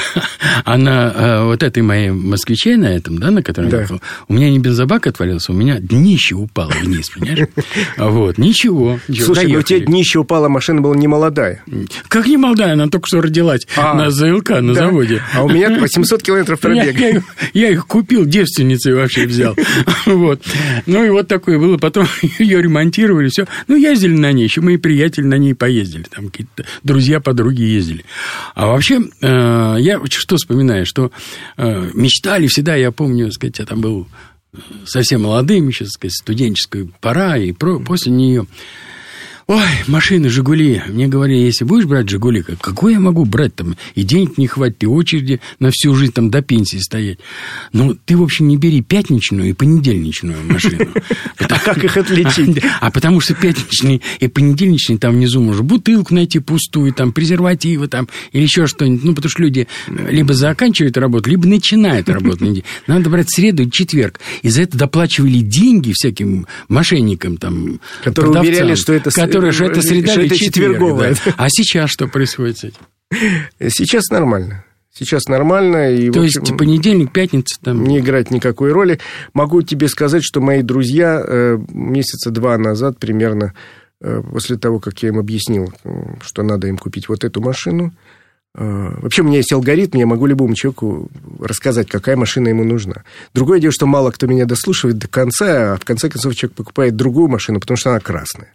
она вот этой моей «Москвиче» на этом, да, на котором я ехал, у меня не бензобак отвалился, у меня днище упало вниз, понимаешь? Вот, ничего. Слушай, ну у тебя днище упало, машина была не молодая. Как не молодая? Она только что родилась на ЗЛК, на заводе. А у меня восемьсот километров пробега. Я их купил, девственницей вообще взял. Вот. Ну, и вот такое было. Потом ее ремонтировали, все. Ну, ездили на ней. Еще мои приятели на ней поездили. Там какие-то друзья, подруги ездили. А вообще, я что вспоминаю, что мечтали всегда, я помню, сказать, я там был совсем молодым, еще, сказать, студенческая пора, и про, после нее... Ой, машины, «Жигули». Мне говорили, если будешь брать «Жигули», какой я могу брать там? И денег не хватит, и очереди на всю жизнь там до пенсии стоять. Ну, ты, в общем, не бери пятничную и понедельничную машину. А как их отличить? А потому что пятничный и понедельничный там внизу можно бутылку найти пустую, там, презервативы там, или еще что-нибудь. Ну, потому что люди либо заканчивают работу, либо начинают работу. Надо брать среду и четверг. И за это доплачивали деньги всяким мошенникам, там, которые уверяли, что это... Которая же это среда что или это четверговая. Да. А сейчас что происходит с этим? Сейчас нормально. Сейчас нормально. И, То общем, есть понедельник, пятница там... Не играть никакой роли. Могу тебе сказать, что мои друзья э, месяца два назад примерно, э, после того, как я им объяснил, что надо им купить вот эту машину, э, вообще у меня есть алгоритм, я могу любому человеку рассказать, какая машина ему нужна. Другое дело, что мало кто меня дослушивает до конца, а в конце концов человек покупает другую машину, потому что она красная.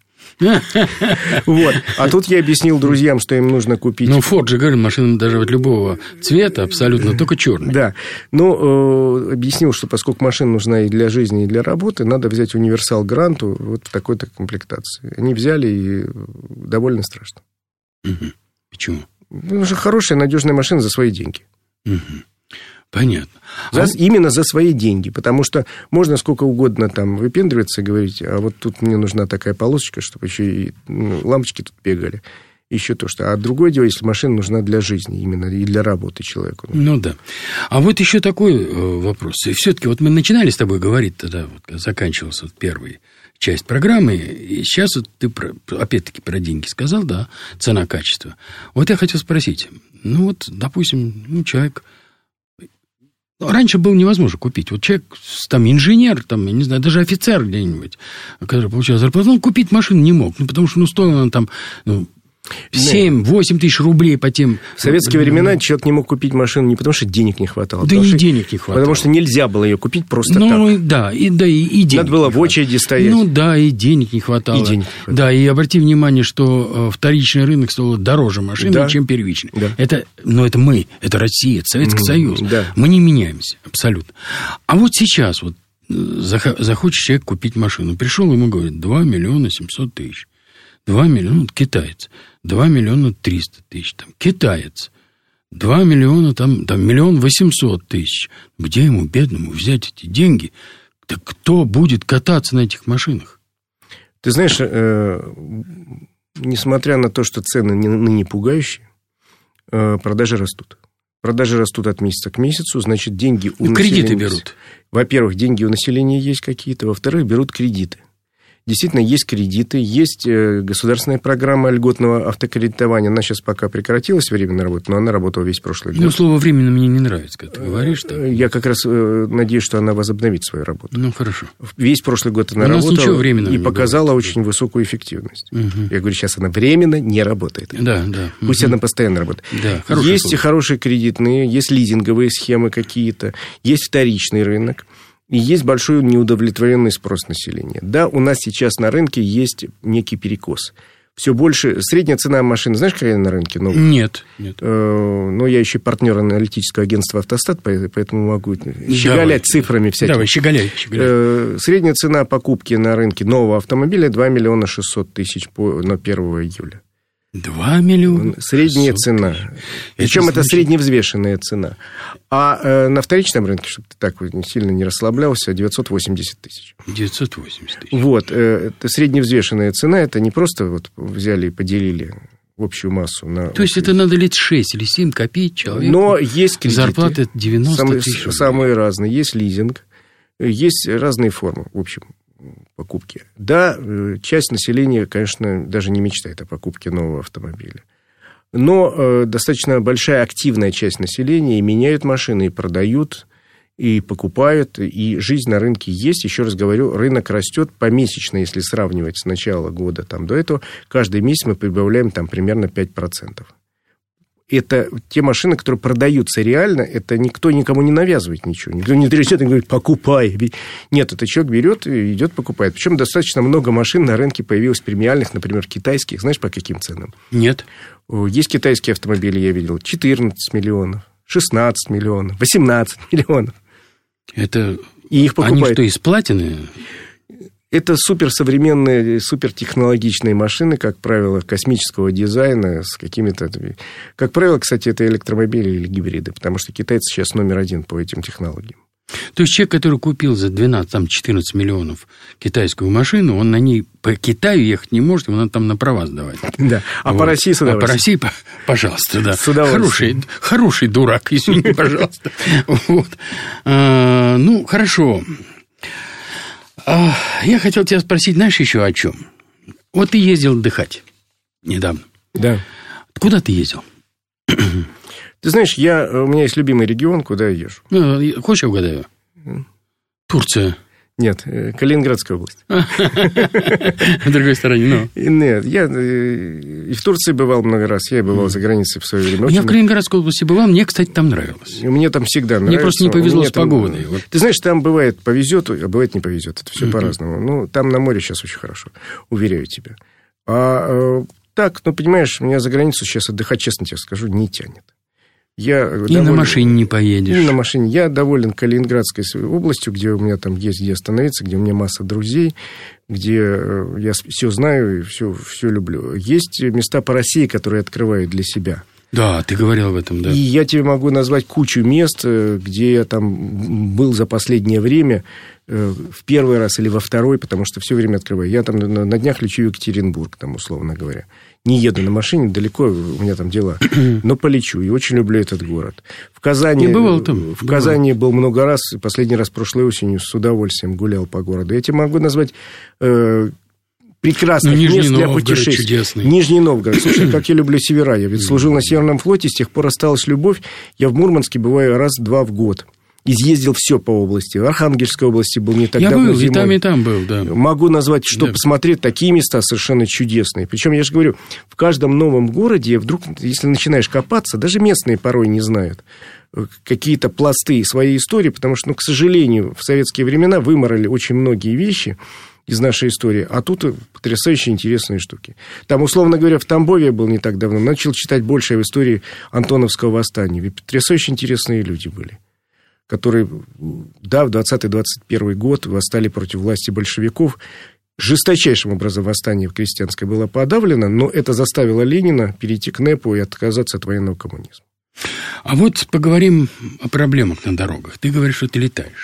Вот. А тут я объяснил друзьям, что им нужно купить... Ну, Форд же, говорит, машина даже вот любого цвета, абсолютно, только черный. Да. Ну, э, объяснил, что поскольку машина нужна и для жизни, и для работы, надо взять универсал Гранту вот в такой-то комплектации. Они взяли, и довольно страшно. Угу. Почему? Потому что хорошая, надежная машина за свои деньги. Угу. Понятно. За, а... Именно за свои деньги. Потому что можно сколько угодно там выпендриваться и говорить, а вот тут мне нужна такая полосочка, чтобы еще и ну, лампочки тут бегали. Еще то, что... А другое дело, если машина нужна для жизни, именно и для работы человеку. Ну, да. А вот еще такой вопрос. И все-таки вот мы начинали с тобой говорить тогда, вот, заканчивался вот первая часть программы, и сейчас вот ты, про, опять-таки, про деньги сказал, да, цена-качество. Вот я хотел спросить. Ну, вот, допустим, ну, человек... Раньше было невозможно купить. Вот человек, там, инженер, там, я не знаю, даже офицер где-нибудь, который получал зарплату, он купить машину не мог. Ну, потому что, ну, стоила она там, ну, семь-восемь тысяч рублей по тем... В советские времена человек не мог купить машину не потому, что денег не хватало. Да и что... денег не хватало. Потому что нельзя было ее купить просто ну, так. Да, и, да, и, и денег надо было в очереди стоять. Ну, да, и денег не хватало. И денег не хватало. Да, и обрати внимание, что вторичный рынок стоил дороже машины, да. чем первичный. Да. Это, но это мы, это Россия, это Советский mm, Союз. Да. Мы не меняемся, абсолютно. А вот сейчас вот захочет человек купить машину. Пришел, ему говорят, два миллиона семьсот тысяч. два миллиона, китаец. два миллиона триста тысяч, там, китаец. два миллиона, там, там, миллион восемьсот тысяч. Где ему, бедному, взять эти деньги? Так кто будет кататься на этих машинах? Ты знаешь, э, несмотря на то, что цены ныне пугающие, э, продажи растут. Продажи растут от месяца к месяцу, значит, деньги у ну, населения... Кредиты берут. Во-первых, деньги у населения есть какие-то, во-вторых, берут кредиты. Действительно, есть кредиты, есть государственная программа льготного автокредитования. Она сейчас пока прекратилась временная работа, но она работала весь прошлый год. Ну, слово «временно» мне не нравится, когда ты говоришь. Так. Я как раз надеюсь, что она возобновит свою работу. Ну, хорошо. Весь прошлый год она у нас работала и не показала бывает. очень высокую эффективность. Угу. Я говорю, сейчас она временно не работает. Да, да. Пусть угу. она постоянно работает. Да, есть слово. хорошие кредитные, есть лизинговые схемы какие-то, есть вторичный рынок. И есть большой неудовлетворенный спрос населения. Да, у нас сейчас на рынке есть некий перекос. Все больше... Средняя цена машины, знаешь, какая на рынке? Ну, нет, нет. Э, ну, я еще партнер аналитического агентства «Автостат», поэтому могу щеголять цифрами всякими. Давай, щеголяй. щеголяй. Э, средняя цена покупки на рынке нового автомобиля два миллиона шестьсот тысяч по, на первого июля. два миллиона? Средняя цена. Причем это, это средневзвешенная цена. А э, на вторичном рынке, чтобы ты так вот сильно не расслаблялся, девятьсот восемьдесят тысяч. девятьсот восемьдесят тысяч. Вот. Э, это средневзвешенная цена. Это не просто вот взяли и поделили в общую массу. На То есть, это надо лет шесть или семь копить человеку. Но есть кредиты. Зарплата девяносто самые, тысяч. Самые разные. Есть лизинг. Есть разные формы, в общем, покупки. Да, часть населения, конечно, даже не мечтает о покупке нового автомобиля. Но э, достаточно большая активная часть населения и меняют машины, и продают, и покупают, и жизнь на рынке есть. Еще раз говорю, рынок растет помесячно, если сравнивать с начала года там, до этого. Каждый месяц мы прибавляем там примерно пять процентов. Это те машины, которые продаются реально, это никто никому не навязывает ничего. Никто не трясет и говорит, покупай. Нет, это человек берет и идет покупает. Причем достаточно много машин на рынке появилось премиальных, например, китайских. Знаешь, по каким ценам? Нет. Есть китайские автомобили, я видел, четырнадцать миллионов, шестнадцать миллионов, восемнадцать миллионов. Это... И их покупают. Они что, из платины? Это суперсовременные, супертехнологичные машины, как правило, космического дизайна с какими-то... Как правило, кстати, это электромобили или гибриды, потому что китайцы сейчас номер один по этим технологиям. То есть, человек, который купил за двенадцать-четырнадцать миллионов китайскую машину, он на ней по Китаю ехать не может, ему надо там на права сдавать. Да, а вот. По России с удовольствием. А по России, пожалуйста, да. С удовольствием. Хороший, хороший дурак, извини, пожалуйста. Вот. А, ну, хорошо. Я хотел тебя спросить, знаешь, еще о чем? Вот ты ездил отдыхать недавно. Да. Куда ты ездил? Ты знаешь, я, у меня есть любимый регион, куда я езжу. Ну, хочешь, я угадаю? Турция. Нет, Калининградская область. В другой стороне, ну. Нет, я и в Турции бывал много раз, я бывал за гравицей в свое время. Я в Калининградской области бывал, мне, кстати, там нравилось. Мне там всегда нравится. Мне просто не повезло с погодой. Ты знаешь, там бывает повезет, а бывает не повезет. Это все по-разному. Ну, там на море сейчас очень хорошо, уверяю тебя. А так, ну, понимаешь, меня за границу сейчас отдыхать, честно тебе скажу, не тянет. Я и доволен... на машине не поедешь. И на машине. Я доволен Калининградской областью, где у меня там есть где остановиться, где у меня масса друзей, где я все знаю и все, все люблю. Есть места по России, которые открывают для себя. Да, ты говорил об этом, да. И я тебе могу назвать кучу мест, где я там был за последнее время в первый раз или во второй, потому что все время открываю. Я там на днях лечу в Екатеринбург, там, условно говоря. Не еду на машине, далеко, у меня там дела, но полечу, и очень люблю этот город. В Казани, не бывал там, в Казани был много раз, последний раз прошлой осенью с удовольствием гулял по городу. Я тебе могу назвать э, прекрасных ну, мест для путешествий. Чудесный. Нижний Новгород. Слушай, как я люблю севера. Я ведь служил на Северном флоте, с тех пор осталась любовь. Я в Мурманске бываю раз-два в год. Изъездил все по области. В Архангельской области был не так я давно был, зимой. И там, и там был, да. Могу назвать, что да. посмотреть, такие места совершенно чудесные. Причем, я же говорю, в каждом новом городе, вдруг, если начинаешь копаться, даже местные порой не знают какие-то пласты своей истории, потому что, ну, к сожалению, в советские времена выморали очень многие вещи из нашей истории, а тут потрясающе интересные штуки. Там, условно говоря, в Тамбове я был не так давно, начал читать больше в истории Антоновского восстания, ведь потрясающе интересные люди были, которые, да, в двадцатый-двадцать первый год восстали против власти большевиков. Жесточайшим образом восстание крестьянское было подавлено, но это заставило Ленина перейти к НЭПу и отказаться от военного коммунизма. А вот поговорим о проблемах на дорогах. Ты говоришь, что ты летаешь.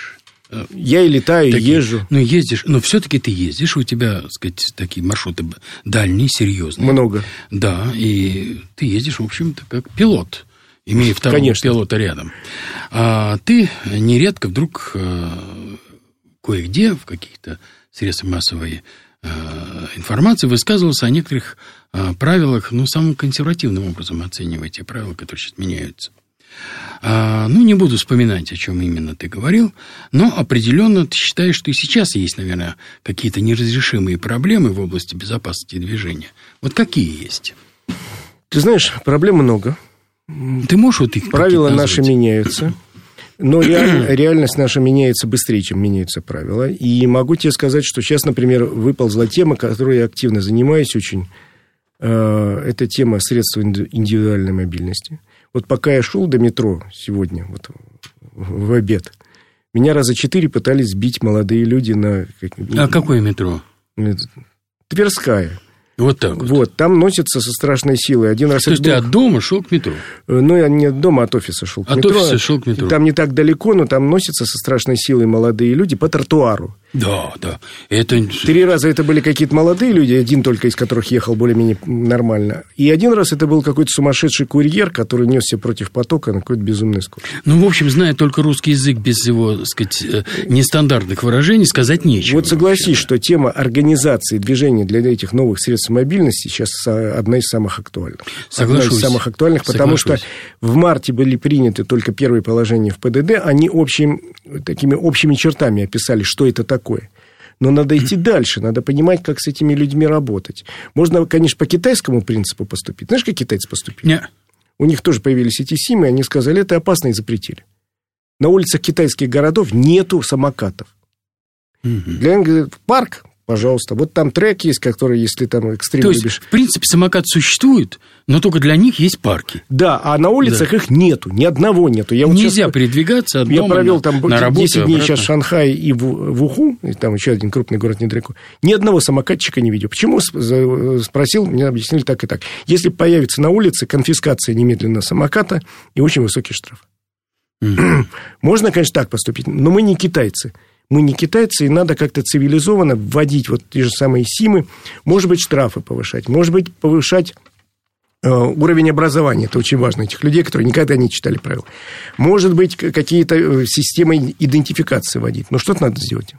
Я и летаю, и езжу. Ну, ездишь, но все-таки ты ездишь, у тебя, так сказать, такие маршруты дальние, серьезные. Много. Да, и ты ездишь, в общем-то, как пилот, имея второго Конечно. пилота рядом. А ты нередко вдруг кое-где в каких-то средствах массовой информации высказывался о некоторых правилах, ну, самым консервативным образом оценивая те правила, которые сейчас меняются. А, ну, не буду вспоминать, о чем именно ты говорил, но определенно ты считаешь, что и сейчас есть, наверное, какие-то неразрешимые проблемы в области безопасности движения. Вот какие есть? Ты знаешь, проблем много. Ты можешь вот их Правила наши меняются, но реаль, реальность наша меняется быстрее, чем меняются правила. И могу тебе сказать, что сейчас, например, выползла тема, которой я активно занимаюсь очень. Э, это тема средств индивидуальной мобильности. Вот пока я шел до метро сегодня, вот в обед, меня раза четыре пытались сбить молодые люди на... А какое метро? Тверская. Вот так вот. Вот, там носится со страшной силой. Один раз То есть, был... ты от дома шел к метро? Ну, я не от дома, а от офиса шел к от метро. От офиса шел к метро. Там не так далеко, но там носятся со страшной силой молодые люди по тротуару. Да, да. Это... Три раза это были какие-то молодые люди, один только из которых ехал более-менее нормально. И один раз это был какой-то сумасшедший курьер, который несся против потока на какой-то безумной скорости. Ну, в общем, зная только русский язык без его, так сказать, нестандартных выражений, сказать нечего. Вот согласись, вообще, да. что тема организации движения для этих новых средств мобильности сейчас одна из самых актуальных. Соглашусь. Одна из самых актуальных, потому Соглашусь. что в марте были приняты только первые положения в ПДД, они общим, такими общими чертами описали, что это такое. Но надо идти дальше, надо понимать, как с этими людьми работать. Можно, конечно, по китайскому принципу поступить. Знаешь, как китайцы поступили? Нет. У них тоже появились эти симы, и они сказали, это опасно, и запретили. На улицах китайских городов нету самокатов. Угу. Для них парк, пожалуйста. Вот там трек есть, который, если там экстрим То есть, любишь. в принципе, самокат существует, но только для них есть парки. Да, а на улицах да. их нету, ни одного нету. Я Нельзя вот сейчас, передвигаться от я дома провел на, там на работу. десять дней сейчас в Шанхае и в, в Уху, и там еще один крупный город недалеко. Ни одного самокатчика не видел. Почему? Спросил, мне объяснили так и так. Если появится на улице, конфискация немедленно самоката и очень высокий штраф. Mm-hmm. Можно, конечно, так поступить, но мы не китайцы. Мы не китайцы, и надо как-то цивилизованно вводить вот те же самые СИМы. Может быть, штрафы повышать, может быть, повышать э, уровень образования. Это очень важно. Этих людей, которые никогда не читали правила. Может быть, какие-то системы идентификации вводить. Но что-то надо сделать.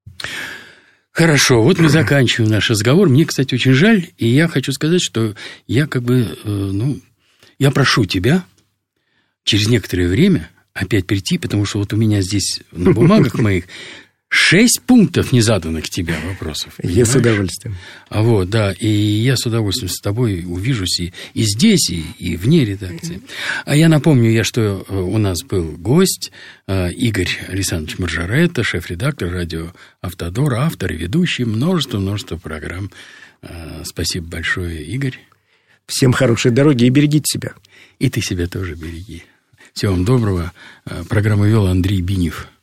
Хорошо, вот мы заканчиваем наш разговор. Мне, кстати, очень жаль, и я хочу сказать, что я как бы, э, ну, я прошу тебя через некоторое время опять прийти, потому что вот у меня здесь на бумагах моих шесть пунктов незаданных тебе вопросов. Понимаешь? Я с удовольствием. А вот, да, и я с удовольствием с тобой увижусь и, и здесь, и, и вне редакции. А я напомню, я, что у нас был гость Игорь Александрович Маржаретта, шеф-редактор радио «Автодор», автор и ведущий множество-множество программ. Спасибо большое, Игорь. Всем хорошей дороги и берегите себя. И ты себя тоже береги. Всего вам доброго. Программу вел Андрей Бинев.